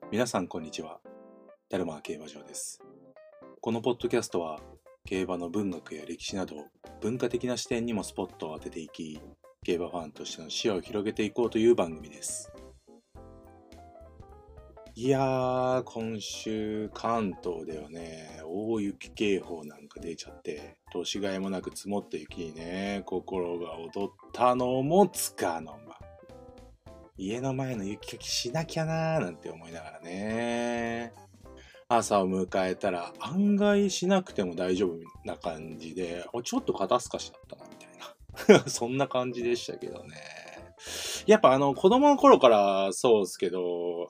皆さんこんにちは。ダルマー競馬場です。このポッドキャストは競馬の文学や歴史など文化的な視点にもスポットを当てていき、競馬ファンとしての視野を広げていこうという番組です。いやー、今週関東ではね、大雪警報なんか出ちゃって、年がいもなく積もった雪にね、心が躍ったのもつかの間。家の前の雪かきしなきゃなーなんて思いながらね、朝を迎えたら案外しなくても大丈夫な感じで、ちょっと肩透かしだったなみたいなそんな感じでしたけどね。やっぱ子供の頃からそうですけど、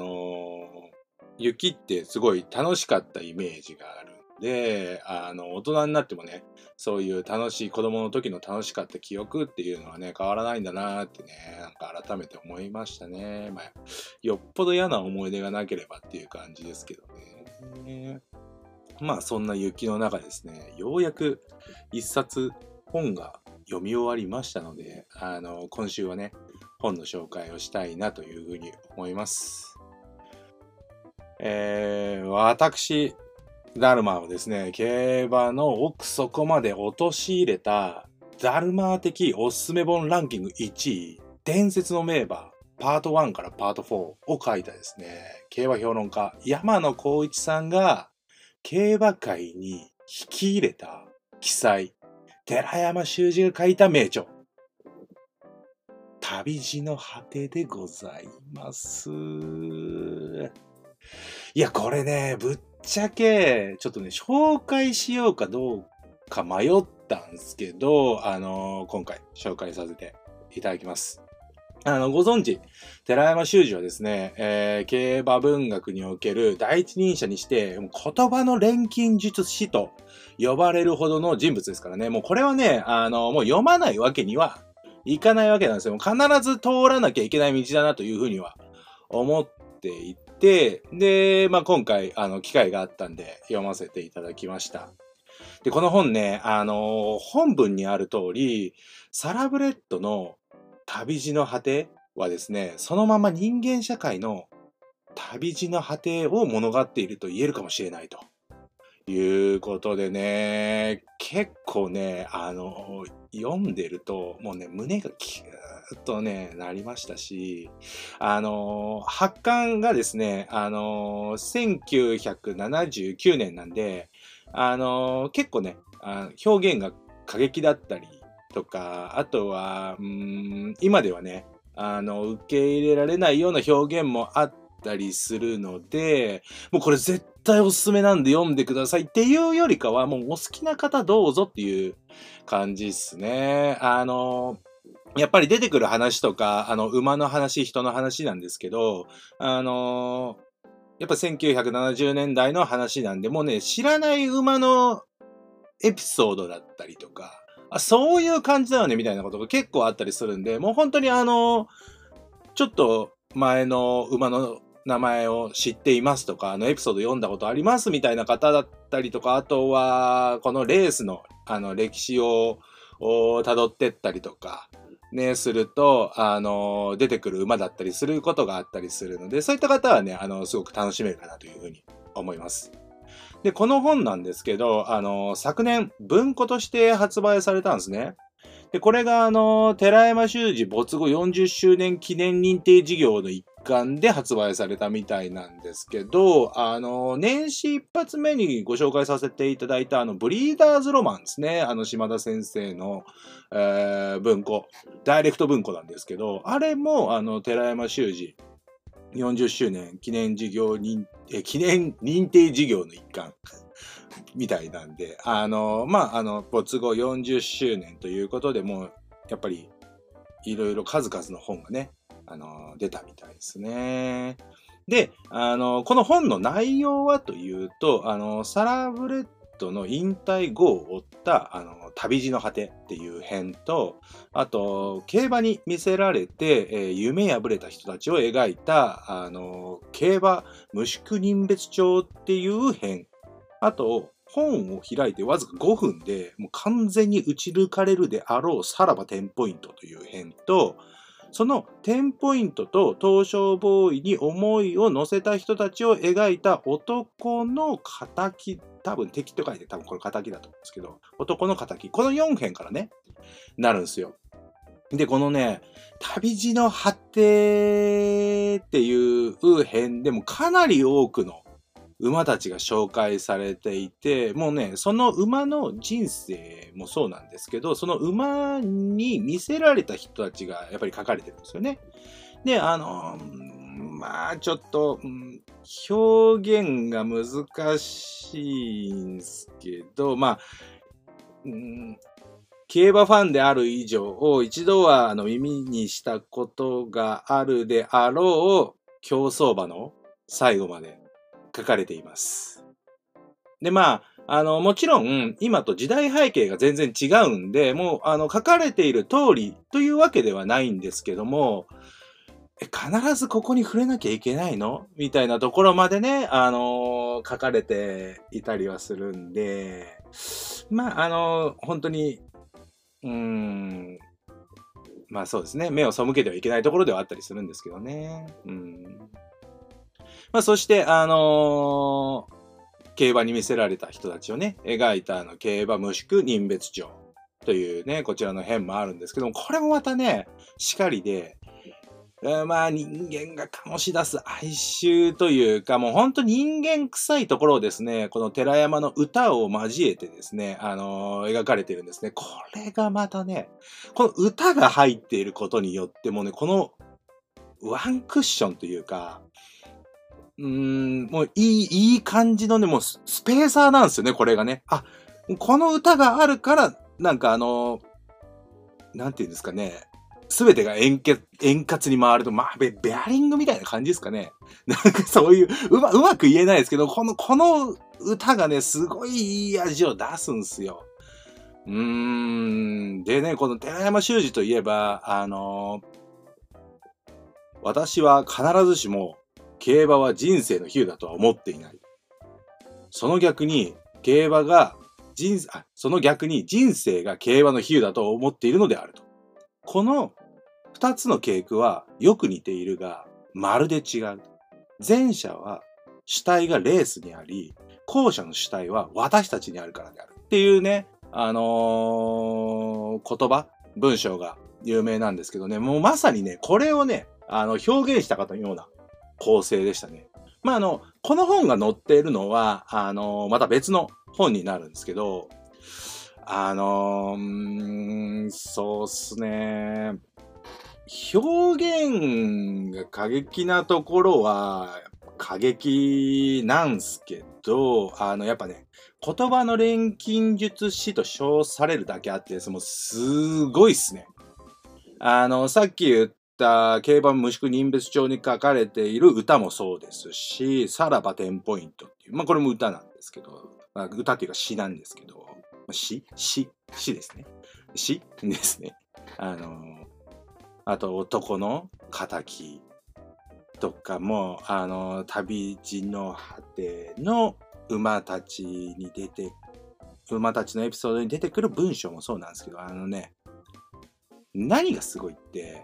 雪ってすごい楽しかったイメージがあるんで、大人になってもね、そういう楽しい子供の時の楽しかった記憶っていうのはね、変わらないんだなーってね、なんか改めて思いましたね。まあ、よっぽど嫌な思い出がなければっていう感じですけどね。まあそんな雪の中ですね、ようやく一冊本が読み終わりましたので、今週はね、本の紹介をしたいなというふうに思います。私、ダルマはですね、競馬の奥底まで陥れたダルマー的おすすめ本ランキング1位、伝説の名馬、パート1からパート4を書いたですね、競馬評論家、山野浩一さんが競馬界に引き入れた奇才、寺山修司が書いた名著、旅路の果てでございます。いや、これね、ぶっちゃけ、ちょっとね、紹介しようかどうか迷ったんですけど、今回紹介させていただきます。ご存知、寺山修司はですね、競馬文学における第一人者にして、言葉の錬金術師と呼ばれるほどの人物ですからね、もうこれはね、もう読まないわけにはいかないわけなんですよ。必ず通らなきゃいけない道だなというふうには思っていて、で、まあ、今回、機会があったんで読ませていただきました。で、この本ね、本文にある通り、サラブレッドの旅路の果てはですね、そのまま人間社会の旅路の果てを物語っていると言えるかもしれないということでね、結構ね、読んでると、もうね、胸がキューッとね、なりましたし、発刊がですね、1979年なんで、結構ね、表現が過激だったりとか、あとは、今ではね、受け入れられないような表現もあったりするので、もうこれ絶対おすすめなんで読んでくださいっていうよりかは、もうお好きな方どうぞっていう感じっすね。やっぱり出てくる話とか、馬の話、人の話なんですけど、やっぱ1970年代の話なんで、もうね、知らない馬のエピソードだったりとか、そういう感じだよねみたいなことが結構あったりするんで、もう本当にちょっと前の馬の名前を知っていますとか、エピソード読んだことありますみたいな方だったりとか、あとは、このレースの、歴史を辿ってったりとか、ね、すると、出てくる馬だったりすることがあったりするので、そういった方はね、すごく楽しめるかなというふうに思います。で、この本なんですけど、昨年、文庫として発売されたんですね。で、これが寺山修司没後40周年記念認定事業の一環で発売されたみたいなんですけど、年始一発目にご紹介させていただいたブリーダーズロマンですね。島田先生の、文庫、ダイレクト文庫なんですけど、あれも寺山修司40周年記念記念認定事業の一環みたいなんで、没後40周年ということでもう、やっぱり、いろいろ数々の本がね、出たみたいですね。で、この本の内容はというと、サラブレッドの引退後を追った、旅路の果てっていう編と、あと、競馬に魅せられて、夢破れた人たちを描いた、競馬無宿人別帳っていう編。あと、本を開いてわずか5分で、もう完全に打ち抜かれるであろうさらば10ポイントという編と、 そのテンポイントと東証ボーイに思いを乗せた人たちを描いた男の仇、多分敵と書いて多分これ仇だと思うんですけど、男の仇。この4編からね、なるんですよ。で、このね、旅路の果てっていう編でもかなり多くの馬たちが紹介されていて、もうね、その馬の人生もそうなんですけど、その馬に見せられた人たちがやっぱり書かれてるんですよね。で、まあちょっと、表現が難しいんですけど、まあ、競馬ファンである以上、一度は耳にしたことがあるであろう競走馬の最後まで書かれています。で、まあ、もちろん、今と時代背景が全然違うんで、もう、書かれている通りというわけではないんですけども、必ずここに触れなきゃいけないのみたいなところまでね、書かれていたりはするんで、まあ、本当に、まあそうですね。目を背けてはいけないところではあったりするんですけどね。まあそして、競馬に見せられた人たちをね、描いた競馬無宿人別帳というね、こちらの編もあるんですけども、これもまたね、しかりで、まあ人間が醸し出す哀愁というか、もう本当人間臭いところをですね、この寺山の歌を交えてですね、描かれているんですね。これがまたね、この歌が入っていることによってもね、このワンクッションというか、もういい感じのね、もうスペーサーなんですよね、これがね。あ、この歌があるから、なんかなんていうんですかね、すべてが円滑に回ると、まあ、ベアリングみたいな感じですかね。なんかそういう、うまく言えないですけど、この歌がね、すごいいい味を出すんすよ。でね、この寺山修司といえば、私は必ずしも競馬は人生の比喩だとは思っていない。その逆に、その逆に人生が競馬の比喩だと思っているのであると。この二つの系譜はよく似ているが、まるで違う。前者は主体がレースにあり、後者の主体は私たちにあるからである。っていうね、文章が有名なんですけどね、もうまさにね、これをね、表現したかのような構成でしたね。まあ、この本が載っているのは、また別の本になるんですけど、そうっすね。表現が過激なところは過激なんすけど、やっぱね、言葉の錬金術師と称されるだけあってもうすごいっすね。さっき言った競馬無宿人別帳に書かれている歌もそうですし、さらばテンポイントっていう、まあこれも歌なんですけど、まあ、歌っていうか詩なんですけど、詩ですね。詩ですね。あと男の仇とかも、旅路の果ての馬たちのエピソードに出てくる文章もそうなんですけど、何がすごいって、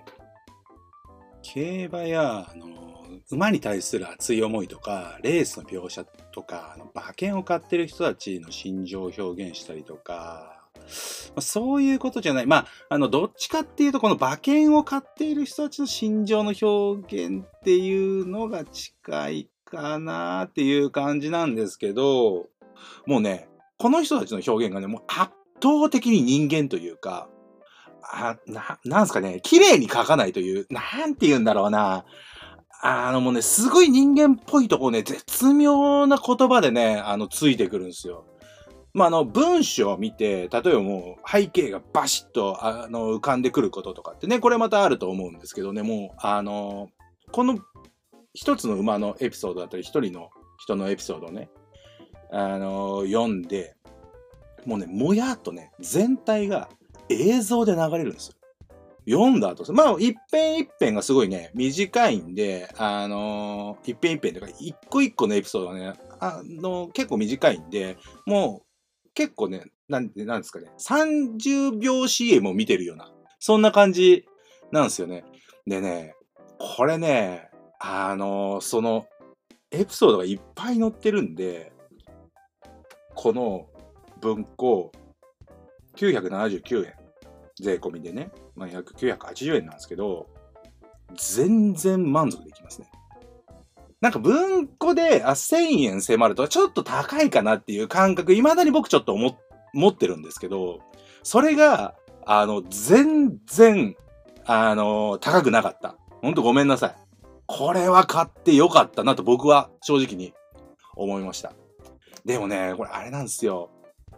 競馬や、馬に対する熱い思いとか、レースの描写とか、馬券を買ってる人たちの心情を表現したりとか、そういうことじゃない。まあ、どっちかっていうと、この馬券を買っている人たちの心情の表現っていうのが近いかなっていう感じなんですけど、もうね、この人たちの表現がね、もう圧倒的に人間というか、なんすかね、綺麗に書かないという、なんて言うんだろうな。もうね、すごい人間っぽいとこね、絶妙な言葉でね、ついてくるんですよ。まあ、文章を見て、例えばもう背景がバシッと、浮かんでくることとかってね、これまたあると思うんですけどね、もう、この一つの馬のエピソードだったり、一人の人のエピソードをね、読んで、もうね、もやっとね、全体が映像で流れるんですよ。読んだ後、まあ、一編一編がすごいね、短いんで、一編一編というか、一個一個のエピソードがね、結構短いんで、もう、結構ね、なんですかね、30秒 CM を見てるような、そんな感じなんですよね。 でね、これね、その、エピソードがいっぱい載ってるんで、この文庫、979円。税込みでね。まあ、約980円なんですけど、全然満足できますね。なんか文庫で、1000円迫るとちょっと高いかなっていう感覚、未だに僕ちょっと持ってるんですけど、それが、全然、高くなかった。ほんとごめんなさい。これは買ってよかったなと僕は正直に思いました。でもね、これあれなんですよ。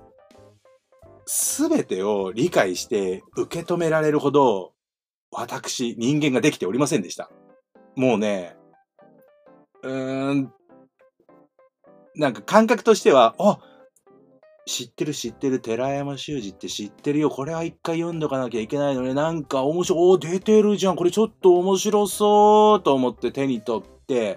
すべてを理解して受け止められるほど、私、人間ができておりませんでした。もうね、なんか感覚としては、知ってる、寺山修司って知ってるよ。これは一回読んどかなきゃいけないのね。なんか面白い、出てるじゃん。これちょっと面白そうと思って手に取って、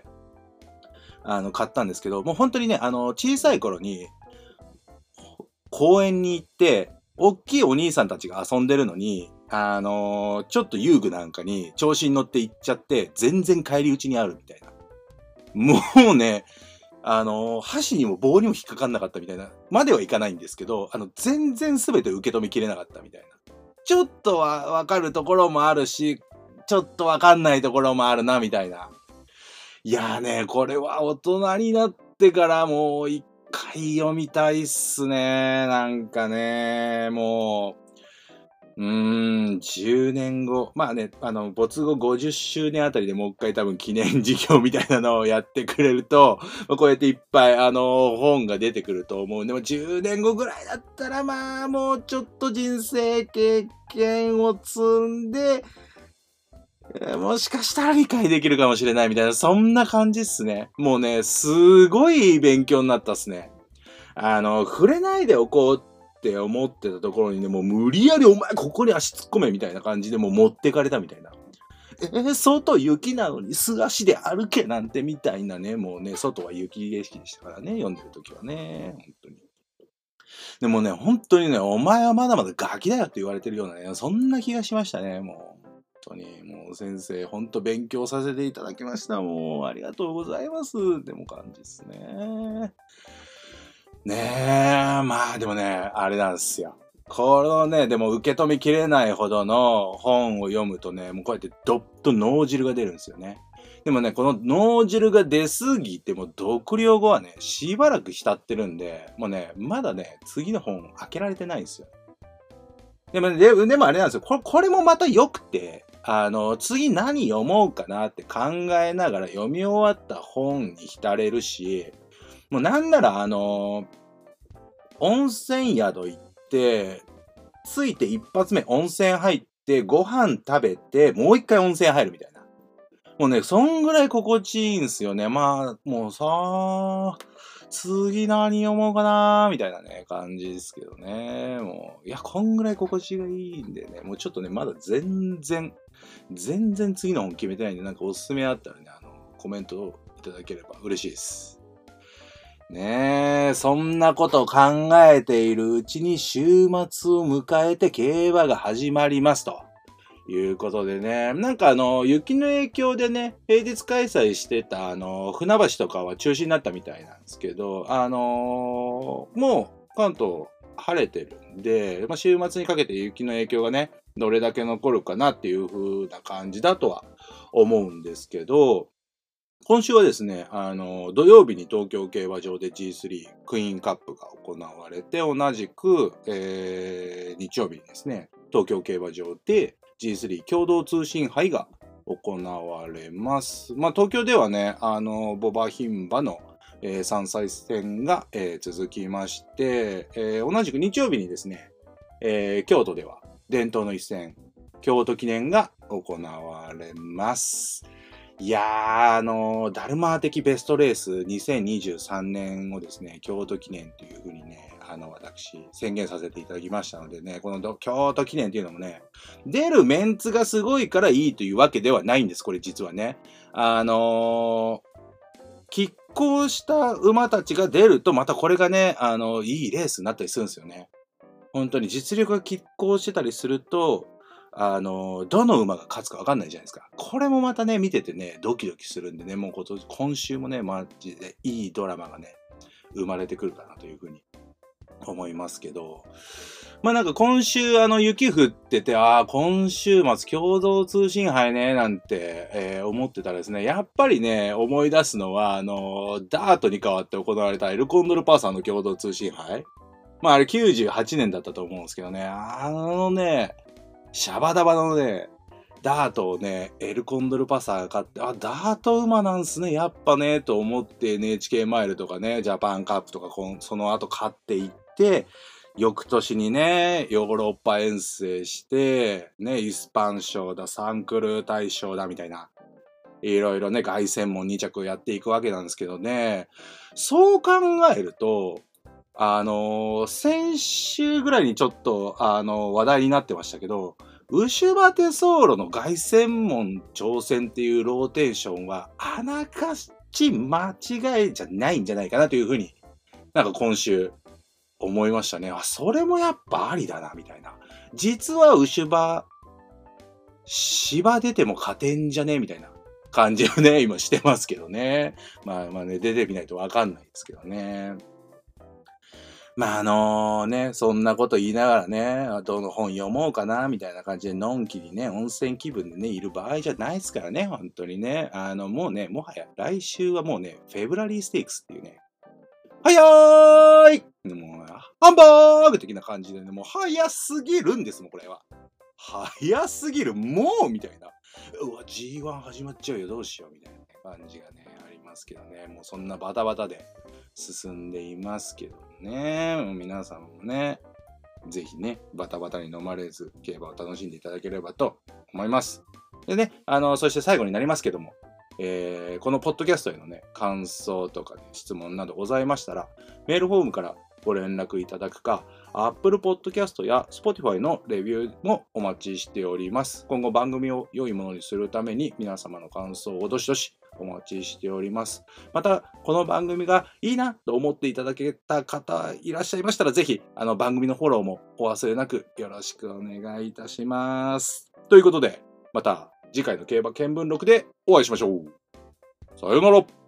買ったんですけど、もう本当にね、小さい頃に、公園に行って、大きいお兄さんたちが遊んでるのに、ちょっと遊具なんかに調子に乗って行っちゃって、全然帰り討ちにあるみたいな。もうね、箸にも棒にも引っかかんなかったみたいな、まではいかないんですけど、全然全て受け止めきれなかったみたいな。ちょっとはわかるところもあるし、ちょっとわかんないところもあるな、みたいな。いやーね、これは大人になってからもう一回読みたいっすね。なんかね、もう、10年後。まあね、没後50周年あたりでもう一回多分記念事業みたいなのをやってくれると、こうやっていっぱい本が出てくると思うんで、も10年後ぐらいだったらまあもうちょっと人生経験を積んで、もしかしたら理解できるかもしれないみたいな、そんな感じっすね。もうね、すごい勉強になったっすね。触れないでおこうって思ってたところにね、もう無理やりお前ここに足突っ込めみたいな感じでもう持ってかれたみたいな。外雪なのに素足で歩けなんてみたいなね、もうね、外は雪景色でしたからね、読んでる時はね、本当に。でもね、本当にね、お前はまだまだガキだよって言われてるようなね、そんな気がしましたね、もう。本当に、もう先生、本当勉強させていただきました。もう、ありがとうございます。でも感じですね。ねえ、まあでもね、あれなんですよ。このね、でも受け止めきれないほどの本を読むとね、もうこうやってどっと脳汁が出るんですよね。でもね、この脳汁が出すぎて、もう読了後はね、しばらく浸ってるんで、もうね、まだね、次の本開けられてないんですよ。でもあれなんですよ。これもまた良くて、次何読もうかなって考えながら読み終わった本に浸れるし、もうなんなら温泉宿行って、着いて一発目温泉入って、ご飯食べて、もう一回温泉入るみたいな。もうね、そんぐらい心地いいんすよね。まあ、もうさ、次何読もうかなーみたいなね、感じですけどね。もう、いや、こんぐらい心地がいいんでね、もうちょっとね、まだ全然次の本決めてないんで、なんかおすすめあったらね、コメントをいただければ嬉しいです。ねえ、そんなこと考えているうちに週末を迎えて競馬が始まりますということでね。なんか雪の影響でね、平日開催してた船橋とかは中止になったみたいなんですけど、もう関東晴れてるんで、まあ、週末にかけて雪の影響がね、どれだけ残るかなっていう風な感じだとは思うんですけど、今週はですね、土曜日に東京競馬場で G3 クイーンカップが行われて、同じく、日曜日にですね、東京競馬場で G3 共同通信杯が行われます。まあ、東京ではね、ボバ牝馬の、3歳戦が、続きまして、同じく日曜日にですね、京都では伝統の一戦、京都記念が行われます。いやー、ダルマー的ベストレース2023年をですね、京都記念というふうにね、私、宣言させていただきましたのでね、この京都記念っていうのもね、出るメンツがすごいからいいというわけではないんです、これ実はね。拮抗した馬たちが出ると、またこれがね、いいレースになったりするんですよね。本当に実力が拮抗してたりすると、 どの馬が勝つか分かんないじゃないですか。これもまたね、見ててね、ドキドキするんでね、もう今週もね、マジでいいドラマがね、生まれてくるかなというふうに思いますけど、まあなんか今週雪降ってて、今週末共同通信杯ね、なんて、思ってたらですね、やっぱりね、思い出すのは、ダートに代わって行われたエルコンドルパサーの共同通信杯。まああれ98年だったと思うんですけどね、シャバダバのね、ダートをね、エルコンドルパサーが勝って、ダート馬なんすね、やっぱね、と思って NHK マイルとかね、ジャパンカップとかその後勝っていって、翌年にね、ヨーロッパ遠征して、ね、イスパン賞だ、サンクルー大賞だ、みたいな。いろいろね、凱旋門2着やっていくわけなんですけどね、そう考えると、先週ぐらいにちょっと、話題になってましたけど、ウシュバテソーロの凱旋門挑戦っていうローテーションは、あながち間違いじゃないんじゃないかなというふうに、なんか今週思いましたね。それもやっぱありだな、みたいな。実はウシュバ、芝出ても勝てんじゃねみたいな感じをね、今してますけどね。まあね、出てみないとわかんないですけどね。まあね、そんなこと言いながらね、どの本読もうかな、みたいな感じで、のんきにね、温泉気分でね、いる場合じゃないですからね、本当にね。もうね、もはや、来週はもうね、フェブラリーステークスっていうね、早ーいもう、ハンバーグ的な感じでね、もう早すぎるんです、もうこれは。早すぎる、もうみたいな。うわ、G1 始まっちゃうよ、どうしよう、みたいな感じがね、ありますけどね。もうそんなバタバタで進んでいますけどね。もう皆さんもね、ぜひね、バタバタに飲まれず、競馬を楽しんでいただければと思います。でね、そして最後になりますけども、このポッドキャストへのね、感想とか、ね、質問などございましたら、メールフォームからご連絡いただくか、Apple Podcast や Spotify のレビューもお待ちしております。今後番組を良いものにするために皆様の感想をどしどしお待ちしております。また、この番組がいいなと思っていただけた方いらっしゃいましたら、ぜひ、番組のフォローもお忘れなくよろしくお願いいたします。ということで、また次回の競馬見聞録でお会いしましょう。さようなら。